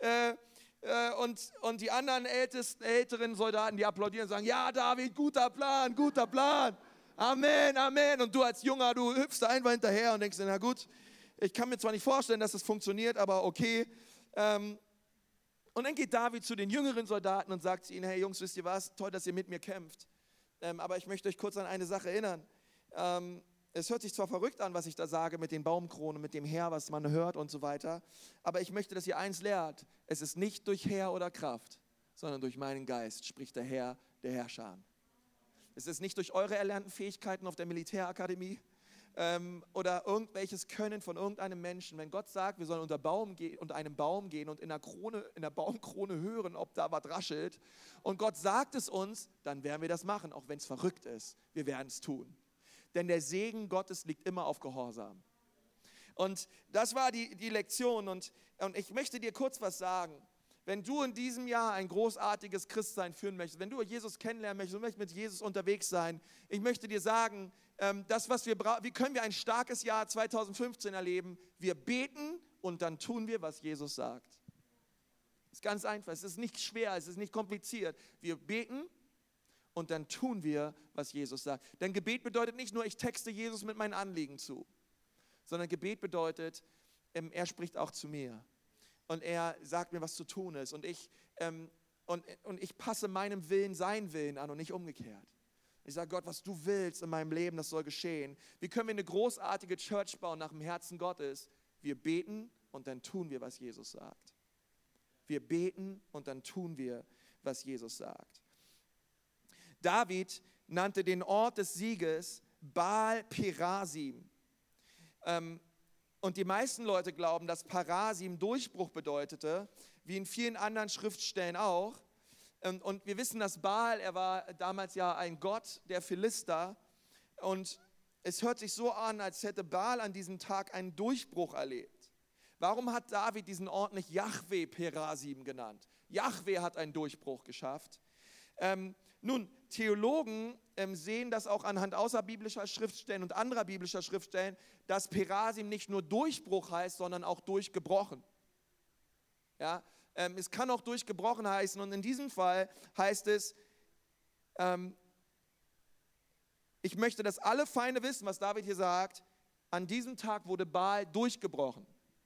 Und die anderen älteren Soldaten, die applaudieren und sagen, ja David, guter Plan, guter Plan. Amen, Amen. Und du als Junger, du hüpfst da einfach hinterher und denkst, na gut, ich kann mir zwar nicht vorstellen, dass das funktioniert, aber okay. Und dann geht David zu den jüngeren Soldaten und sagt zu ihnen, hey Jungs, wisst ihr was, toll, dass ihr mit mir kämpft. Aber ich möchte euch kurz an eine Sache erinnern. Es hört sich zwar verrückt an, was ich da sage mit den Baumkronen, mit dem Heer, was man hört und so weiter, aber ich möchte, dass ihr eins lernt. Es ist nicht durch Heer oder Kraft, sondern durch meinen Geist, spricht der Herr der Herrscher. Es ist nicht durch eure erlernten Fähigkeiten auf der Militärakademie oder irgendwelches Können von irgendeinem Menschen. Wenn Gott sagt, wir sollen unter einem Baum gehen und in der Baumkrone hören, ob da was raschelt, und Gott sagt es uns, dann werden wir das machen, auch wenn es verrückt ist. Wir werden es tun. Denn der Segen Gottes liegt immer auf Gehorsam. Und das war die Lektion. Und ich möchte dir kurz was sagen. Wenn du in diesem Jahr ein großartiges Christsein führen möchtest, wenn du Jesus kennenlernen möchtest, du möchtest mit Jesus unterwegs sein, ich möchte dir sagen, das, was wir brauchen, wie können wir ein starkes Jahr 2015 erleben? Wir beten und dann tun wir, was Jesus sagt. Es ist ganz einfach, es ist nicht schwer, es ist nicht kompliziert. Wir beten und dann tun wir, was Jesus sagt. Denn Gebet bedeutet nicht nur, ich texte Jesus mit meinen Anliegen zu, sondern Gebet bedeutet, er spricht auch zu mir. Und er sagt mir, was zu tun ist. Und ich passe meinem Willen seinen Willen an und nicht umgekehrt. Ich sage, Gott, was du willst in meinem Leben, das soll geschehen. Wie können wir eine großartige Church bauen nach dem Herzen Gottes? Wir beten und dann tun wir, was Jesus sagt. Wir beten und dann tun wir, was Jesus sagt. David nannte den Ort des Sieges Baal Perasim. Und die meisten Leute glauben, dass Perasim Durchbruch bedeutete, wie in vielen anderen Schriftstellen auch. Und wir wissen, dass Baal, er war damals ja ein Gott der Philister. Und es hört sich so an, als hätte Baal an diesem Tag einen Durchbruch erlebt. Warum hat David diesen Ort nicht Jahwe Perasim genannt? Jahwe hat einen Durchbruch geschafft. Nun, Theologen sehen das auch anhand außerbiblischer Schriftstellen und anderer biblischer Schriftstellen, dass Perasim nicht nur Durchbruch heißt, sondern auch durchgebrochen. Ja, es kann auch durchgebrochen heißen und in diesem Fall heißt es, ich möchte, dass alle Feinde wissen, was David hier sagt, an diesem Tag wurde Baal durchgebrochen.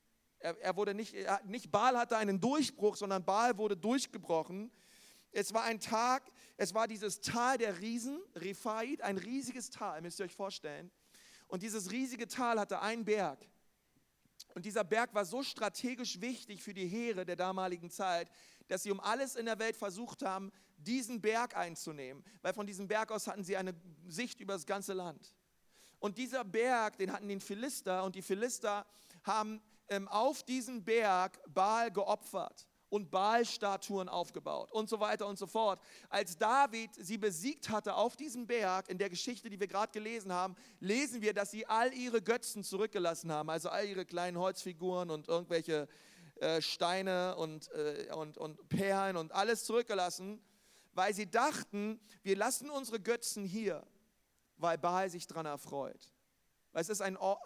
Nicht Baal hatte einen Durchbruch, sondern Baal wurde durchgebrochen. Es war ein Tag, es war dieses Tal der Riesen, Rephaid, ein riesiges Tal, müsst ihr euch vorstellen. Und dieses riesige Tal hatte einen Berg. Und dieser Berg war so strategisch wichtig für die Heere der damaligen Zeit, dass sie um alles in der Welt versucht haben, diesen Berg einzunehmen. Weil von diesem Berg aus hatten sie eine Sicht über das ganze Land. Und dieser Berg, den hatten die Philister und die Philister haben auf diesen Berg Baal geopfert und Baal-Statuen aufgebaut und so weiter und so fort. Als David sie besiegt hatte auf diesem Berg, in der Geschichte, die wir gerade gelesen haben, lesen wir, dass sie all ihre Götzen zurückgelassen haben, also all ihre kleinen Holzfiguren und irgendwelche Steine und Perlen und alles zurückgelassen, weil sie dachten, wir lassen unsere Götzen hier, weil Baal sich daran erfreut. Weil es ist ein Ort,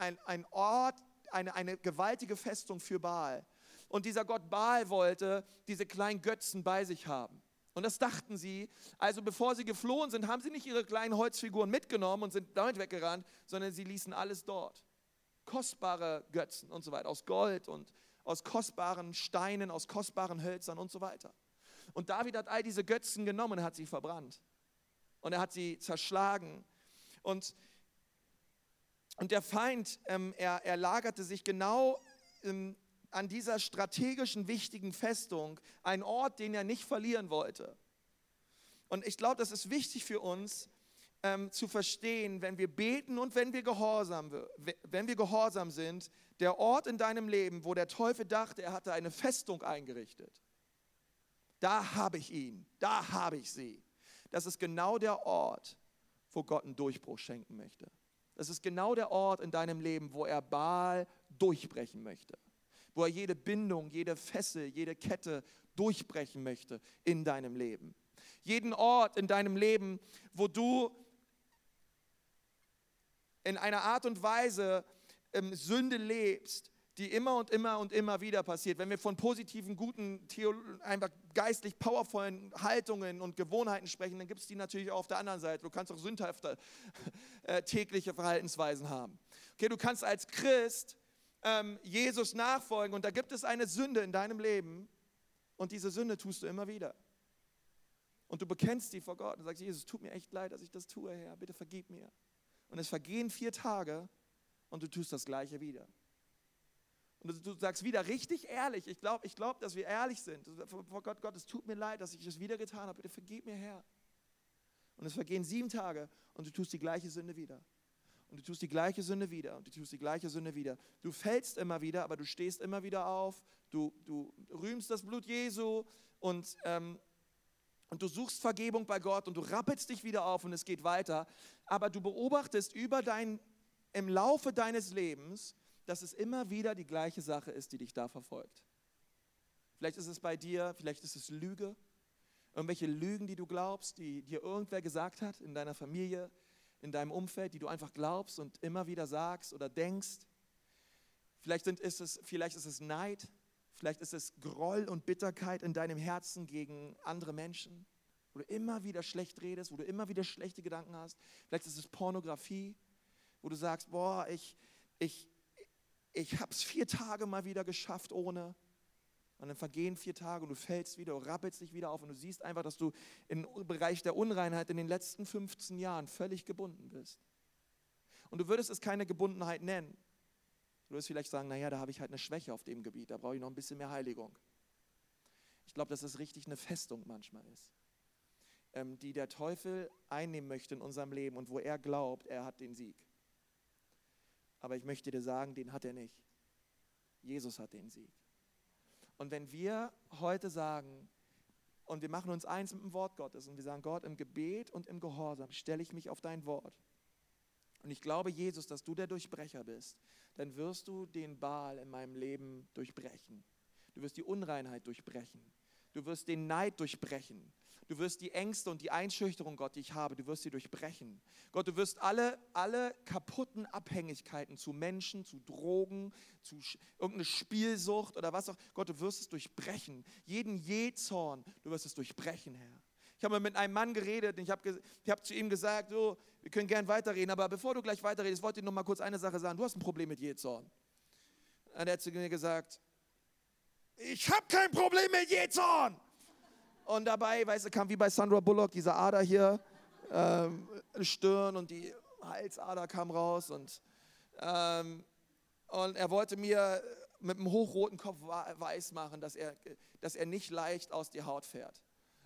eine gewaltige Festung für Baal. Und dieser Gott Baal wollte diese kleinen Götzen bei sich haben. Und das dachten sie. Also bevor sie geflohen sind, haben sie nicht ihre kleinen Holzfiguren mitgenommen und sind damit weggerannt, sondern sie ließen alles dort. Kostbare Götzen und so weiter, aus Gold und aus kostbaren Steinen, aus kostbaren Hölzern und so weiter. Und David hat all diese Götzen genommen und hat sie verbrannt. Und er hat sie zerschlagen. Und der Feind, er lagerte sich genau an dieser strategischen, wichtigen Festung, ein Ort, den er nicht verlieren wollte. Und ich glaube, das ist wichtig für uns zu verstehen, wenn wir beten und wenn wir gehorsam sind, der Ort in deinem Leben, wo der Teufel dachte, er hatte eine Festung eingerichtet, da habe ich ihn, da habe ich sie. Das ist genau der Ort, wo Gott einen Durchbruch schenken möchte. Das ist genau der Ort in deinem Leben, wo er Baal durchbrechen möchte. Wo er jede Bindung, jede Fessel, jede Kette durchbrechen möchte in deinem Leben. Jeden Ort in deinem Leben, wo du in einer Art und Weise Sünde lebst, die immer und immer und immer wieder passiert. Wenn wir von positiven, guten, einfach geistlich powervollen Haltungen und Gewohnheiten sprechen, dann gibt es die natürlich auch auf der anderen Seite. Du kannst auch sündhafte tägliche Verhaltensweisen haben. Okay, du kannst als Christ Jesus nachfolgen und da gibt es eine Sünde in deinem Leben und diese Sünde tust du immer wieder. Und du bekennst sie vor Gott und sagst, Jesus, tut mir echt leid, dass ich das tue, Herr, bitte vergib mir. Und es vergehen 4 Tage und du tust das Gleiche wieder. Und du sagst wieder richtig ehrlich, ich glaube, dass wir ehrlich sind. Vor Gott, Gott, es tut mir leid, dass ich das wieder getan habe, bitte vergib mir, Herr. Und es vergehen 7 Tage und du tust die gleiche Sünde wieder. Und du tust die gleiche Sünde wieder und du tust die gleiche Sünde wieder. Du fällst immer wieder, aber du stehst immer wieder auf. Du rühmst das Blut Jesu und du suchst Vergebung bei Gott und du rappelst dich wieder auf und es geht weiter. Aber du beobachtest im Laufe deines Lebens, dass es immer wieder die gleiche Sache ist, die dich da verfolgt. Vielleicht ist es bei dir, vielleicht ist es Lüge. Irgendwelche Lügen, die du glaubst, die dir irgendwer gesagt hat in deiner Familie, in deinem Umfeld, die du einfach glaubst und immer wieder sagst oder denkst. Vielleicht ist es Neid, Vielleicht ist es Groll und Bitterkeit in deinem Herzen gegen andere Menschen, wo du immer wieder schlecht redest, wo du immer wieder schlechte Gedanken hast. Vielleicht ist es Pornografie, wo du sagst, boah, ich habe es 4 Tage mal wieder geschafft ohne. Und dann vergehen 4 Tage und du fällst wieder, du rappelst dich wieder auf und du siehst einfach, dass du im Bereich der Unreinheit in den letzten 15 Jahren völlig gebunden bist. Und du würdest es keine Gebundenheit nennen. Du würdest vielleicht sagen, naja, da habe ich halt eine Schwäche auf dem Gebiet, da brauche ich noch ein bisschen mehr Heiligung. Ich glaube, dass es richtig eine Festung manchmal ist, die der Teufel einnehmen möchte in unserem Leben und wo er glaubt, er hat den Sieg. Aber ich möchte dir sagen, den hat er nicht. Jesus hat den Sieg. Und wenn wir heute sagen, und wir machen uns eins mit dem Wort Gottes und wir sagen, Gott, im Gebet und im Gehorsam stelle ich mich auf dein Wort. Und ich glaube, Jesus, dass du der Durchbrecher bist, dann wirst du den Baal in meinem Leben durchbrechen. Du wirst die Unreinheit durchbrechen. Du wirst den Neid durchbrechen. Du wirst die Ängste und die Einschüchterung, Gott, die ich habe, du wirst sie durchbrechen. Gott, du wirst alle kaputten Abhängigkeiten zu Menschen, zu Drogen, zu irgendeine Spielsucht oder was auch, Gott, du wirst es durchbrechen. Jeden Jähzorn, du wirst es durchbrechen, Herr. Ich habe mal mit einem Mann geredet und ich hab zu ihm gesagt, so, wir können gern weiterreden, aber bevor du gleich weiterredest, wollte ich noch mal kurz eine Sache sagen. Du hast ein Problem mit Jähzorn. Und er hat zu mir gesagt, ich habe kein Problem mit Jähzorn. Und dabei, weißt du, kam wie bei Sandra Bullock diese Ader hier, Stirn und die Halsader kam raus und er wollte mir mit einem hochroten Kopf weiß machen, dass er nicht leicht aus die Haut fährt.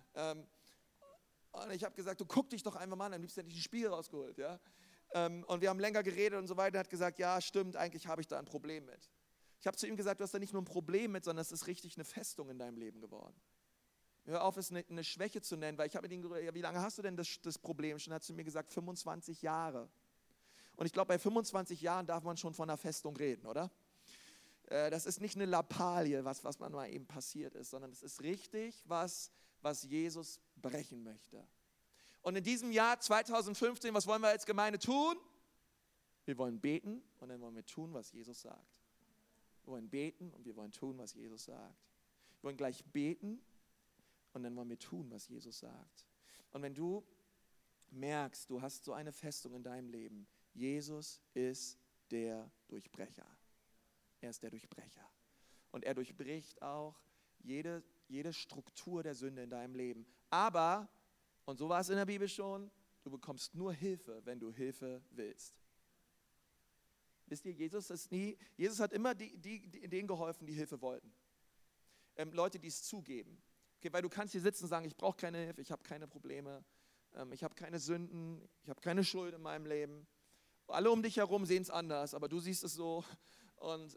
Und ich habe gesagt, du guck dich doch einfach mal an, am liebsten hätte ich ein Spiel rausgeholt. Ja? Und wir haben länger geredet und so weiter. Er hat gesagt, ja stimmt, eigentlich habe ich da ein Problem mit. Ich habe zu ihm gesagt, du hast da nicht nur ein Problem mit, sondern es ist richtig eine Festung in deinem Leben geworden. Hör auf, es eine Schwäche zu nennen, weil ich habe mit ihm gesagt, ja, wie lange hast du denn das Problem schon? Hat zu mir gesagt, 25 Jahre. Und ich glaube, bei 25 Jahren darf man schon von einer Festung reden, oder? Das ist nicht eine Lappalie, was man mal eben passiert ist, sondern es ist richtig, was Jesus brechen möchte. Und in diesem Jahr 2015, was wollen wir als Gemeinde tun? Wir wollen beten und dann wollen wir tun, was Jesus sagt. Wir wollen beten und wir wollen tun, was Jesus sagt. Wir wollen gleich beten und dann wollen wir tun, was Jesus sagt. Und wenn du merkst, du hast so eine Festung in deinem Leben, Jesus ist der Durchbrecher. Er ist der Durchbrecher. Und er durchbricht auch jede Struktur der Sünde in deinem Leben. Aber, und so war es in der Bibel schon, du bekommst nur Hilfe, wenn du Hilfe willst. Wisst ihr, Jesus hat immer denen geholfen, die Hilfe wollten. Leute, die es zugeben. Okay, weil du kannst hier sitzen und sagen, ich brauche keine Hilfe, ich habe keine Probleme, ich habe keine Sünden, ich habe keine Schuld in meinem Leben. Alle um dich herum sehen es anders, aber du siehst es so. Und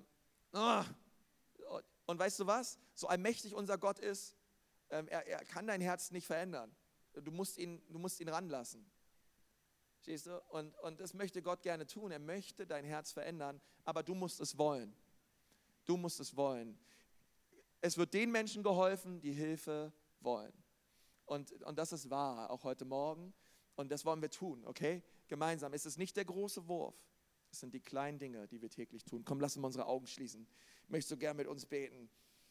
weißt du was? So allmächtig unser Gott ist, er kann dein Herz nicht verändern. Du musst ihn ranlassen. Verstehst du? Und das möchte Gott gerne tun. Er möchte dein Herz verändern, aber du musst es wollen. Du musst es wollen. Es wird den Menschen geholfen, die Hilfe wollen. Und das ist wahr, auch heute Morgen. Und das wollen wir tun, okay? Gemeinsam. Es ist nicht der große Wurf. Es sind die kleinen Dinge, die wir täglich tun. Komm, lass uns unsere Augen schließen. Ich möchte so gern mit uns beten.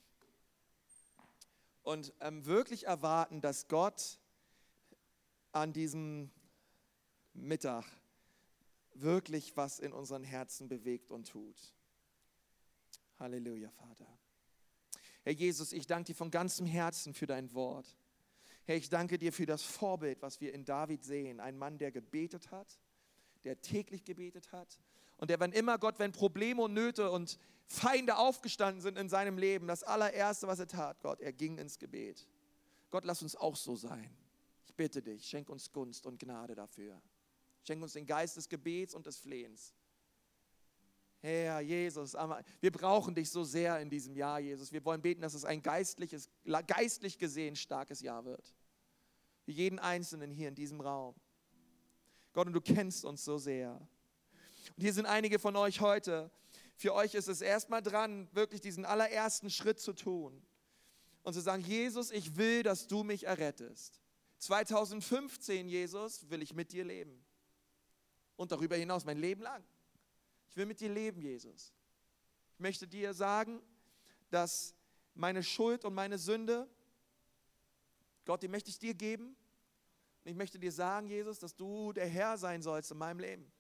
Und wirklich erwarten, dass Gott an diesem Mittag wirklich was in unseren Herzen bewegt und tut. Halleluja, Vater. Herr Jesus, ich danke dir von ganzem Herzen für dein Wort. Herr, ich danke dir für das Vorbild, was wir in David sehen. Ein Mann, der gebetet hat, der täglich gebetet hat und der, wenn Probleme und Nöte und Feinde aufgestanden sind in seinem Leben, das allererste, was er tat, Gott, er ging ins Gebet. Gott, lass uns auch so sein. Ich bitte dich, schenk uns Gunst und Gnade dafür. Schenk uns den Geist des Gebets und des Flehens. Herr Jesus, wir brauchen dich so sehr in diesem Jahr, Jesus. Wir wollen beten, dass es ein geistlich gesehen starkes Jahr wird. Für jeden Einzelnen hier in diesem Raum. Gott, und du kennst uns so sehr. Und hier sind einige von euch heute. Für euch ist es erstmal dran, wirklich diesen allerersten Schritt zu tun. Und zu sagen, Jesus, ich will, dass du mich errettest. 2015, Jesus, will ich mit dir leben. Und darüber hinaus mein Leben lang. Ich will mit dir leben, Jesus. Ich möchte dir sagen, dass meine Schuld und meine Sünde, Gott, die möchte ich dir geben. Und ich möchte dir sagen, Jesus, dass du der Herr sein sollst in meinem Leben.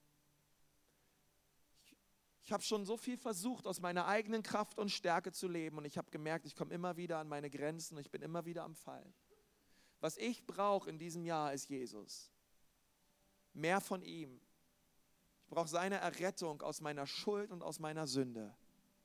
Ich habe schon so viel versucht, aus meiner eigenen Kraft und Stärke zu leben. Und ich habe gemerkt, ich komme immer wieder an meine Grenzen und ich bin immer wieder am Fallen. Was ich brauche in diesem Jahr ist Jesus. Mehr von ihm. Ich brauche seine Errettung aus meiner Schuld und aus meiner Sünde.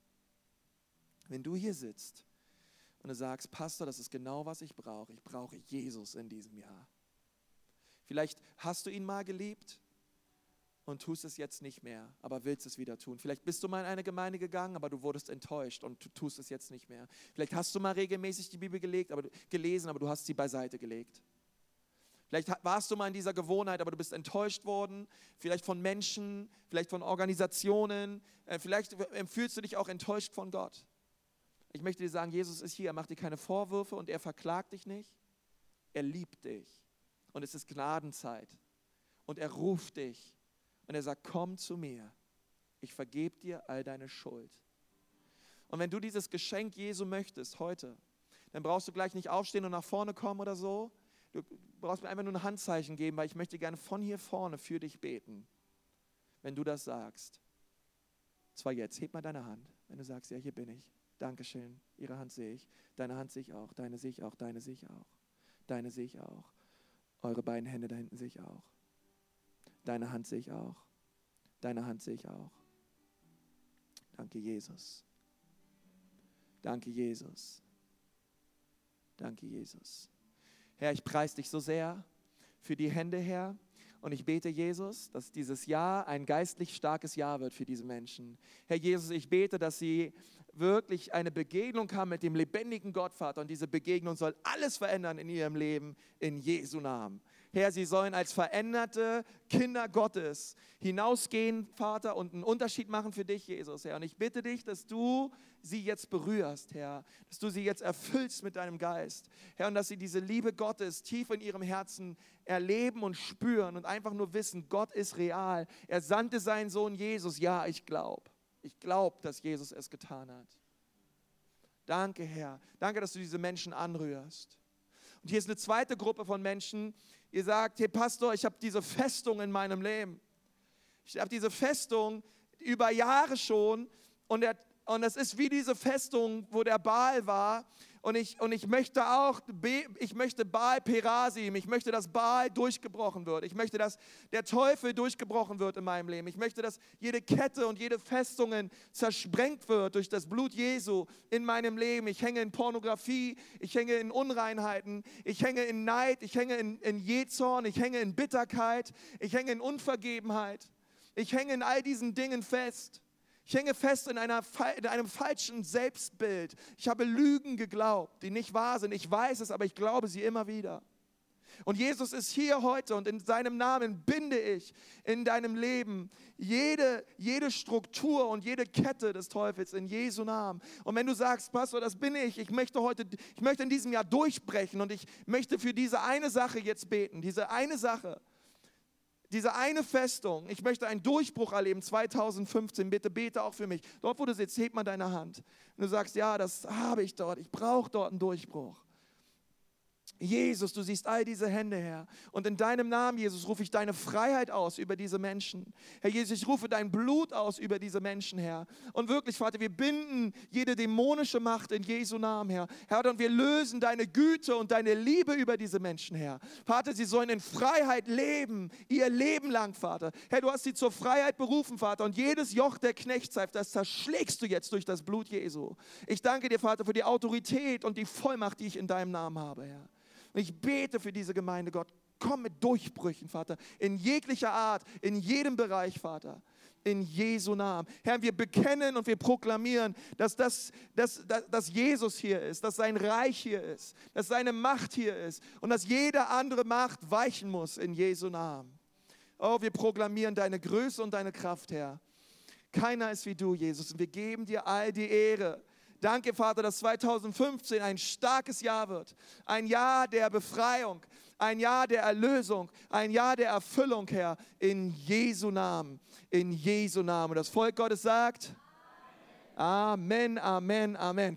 Wenn du hier sitzt und du sagst, Pastor, das ist genau, was ich brauche. Ich brauche Jesus in diesem Jahr. Vielleicht hast du ihn mal geliebt und tust es jetzt nicht mehr, aber willst es wieder tun. Vielleicht bist du mal in eine Gemeinde gegangen, aber du wurdest enttäuscht und du tust es jetzt nicht mehr. Vielleicht hast du mal regelmäßig die Bibel gelesen, aber du hast sie beiseite gelegt. Vielleicht warst du mal in dieser Gewohnheit, aber du bist enttäuscht worden, vielleicht von Menschen, vielleicht von Organisationen, vielleicht fühlst du dich auch enttäuscht von Gott. Ich möchte dir sagen, Jesus ist hier, er macht dir keine Vorwürfe und er verklagt dich nicht. Er liebt dich und es ist Gnadenzeit und er ruft dich. Und er sagt, komm zu mir, ich vergebe dir all deine Schuld. Und wenn du dieses Geschenk Jesu möchtest heute, dann brauchst du gleich nicht aufstehen und nach vorne kommen oder so. Du brauchst mir einfach nur ein Handzeichen geben, weil ich möchte gerne von hier vorne für dich beten, wenn du das sagst. Zwar jetzt, heb mal deine Hand, wenn du sagst, ja, hier bin ich. Dankeschön, ihre Hand sehe ich, deine Hand sehe ich auch, deine sehe ich auch, deine sehe ich auch, deine sehe ich auch, eure beiden Hände da hinten sehe ich auch. Deine Hand sehe ich auch. Deine Hand sehe ich auch. Danke, Jesus. Danke, Jesus. Danke, Jesus. Herr, ich preise dich so sehr für die Hände, Herr. Und ich bete, Jesus, dass dieses Jahr ein geistlich starkes Jahr wird für diese Menschen. Herr Jesus, ich bete, dass sie wirklich eine Begegnung haben mit dem lebendigen Gott, Vater. Und diese Begegnung soll alles verändern in ihrem Leben, in Jesu Namen. Herr, sie sollen als veränderte Kinder Gottes hinausgehen, Vater, und einen Unterschied machen für dich, Jesus, Herr. Und ich bitte dich, dass du sie jetzt berührst, Herr, dass du sie jetzt erfüllst mit deinem Geist, Herr, und dass sie diese Liebe Gottes tief in ihrem Herzen erleben und spüren und einfach nur wissen, Gott ist real. Er sandte seinen Sohn Jesus. Ja, ich glaube, dass Jesus es getan hat. Danke, Herr. Danke, dass du diese Menschen anrührst. Und hier ist eine zweite Gruppe von Menschen. Ihr sagt, hey Pastor, ich habe diese Festung in meinem Leben. Ich habe diese Festung über Jahre schon und es ist wie diese Festung, wo der Baal war. Und ich möchte Baal Perasim, ich möchte, dass Baal durchgebrochen wird. Ich möchte, dass der Teufel durchgebrochen wird in meinem Leben. Ich möchte, dass jede Kette und jede Festung zersprengt wird durch das Blut Jesu in meinem Leben. Ich hänge in Pornografie, ich hänge in Unreinheiten, ich hänge in Neid, ich hänge in Jähzorn, ich hänge in Bitterkeit, ich hänge in Unvergebenheit. Ich hänge in all diesen Dingen fest. Ich hänge fest in einem falschen Selbstbild. Ich habe Lügen geglaubt, die nicht wahr sind. Ich weiß es, aber ich glaube sie immer wieder. Und Jesus ist hier heute und in seinem Namen binde ich in deinem Leben jede Struktur und jede Kette des Teufels in Jesu Namen. Und wenn du sagst, Pastor, das bin ich möchte in diesem Jahr durchbrechen und ich möchte für diese eine Sache jetzt beten, diese eine Sache. Diese eine Festung, ich möchte einen Durchbruch erleben, 2015, bitte bete auch für mich. Dort, wo du sitzt, heb mal deine Hand. Und du sagst, ja, das habe ich dort, ich brauche dort einen Durchbruch. Jesus, du siehst all diese Hände, Herr. Und in deinem Namen, Jesus, rufe ich deine Freiheit aus über diese Menschen. Herr Jesus, ich rufe dein Blut aus über diese Menschen, Herr. Und wirklich, Vater, wir binden jede dämonische Macht in Jesu Namen, Herr. Herr, und wir lösen deine Güte und deine Liebe über diese Menschen, Herr. Vater, sie sollen in Freiheit leben, ihr Leben lang, Vater. Herr, du hast sie zur Freiheit berufen, Vater. Und jedes Joch der Knechtschaft, das zerschlägst du jetzt durch das Blut Jesu. Ich danke dir, Vater, für die Autorität und die Vollmacht, die ich in deinem Namen habe, Herr. Und ich bete für diese Gemeinde, Gott, komm mit Durchbrüchen, Vater, in jeglicher Art, in jedem Bereich, Vater, in Jesu Namen. Herr, wir bekennen und wir proklamieren, dass Jesus hier ist, dass sein Reich hier ist, dass seine Macht hier ist und dass jede andere Macht weichen muss in Jesu Namen. Oh, wir proklamieren deine Größe und deine Kraft, Herr. Keiner ist wie du, Jesus, und wir geben dir all die Ehre. Danke, Vater, dass 2015 ein starkes Jahr wird. Ein Jahr der Befreiung, ein Jahr der Erlösung, ein Jahr der Erfüllung, Herr, in Jesu Namen. In Jesu Namen. Und das Volk Gottes sagt, Amen, Amen, Amen.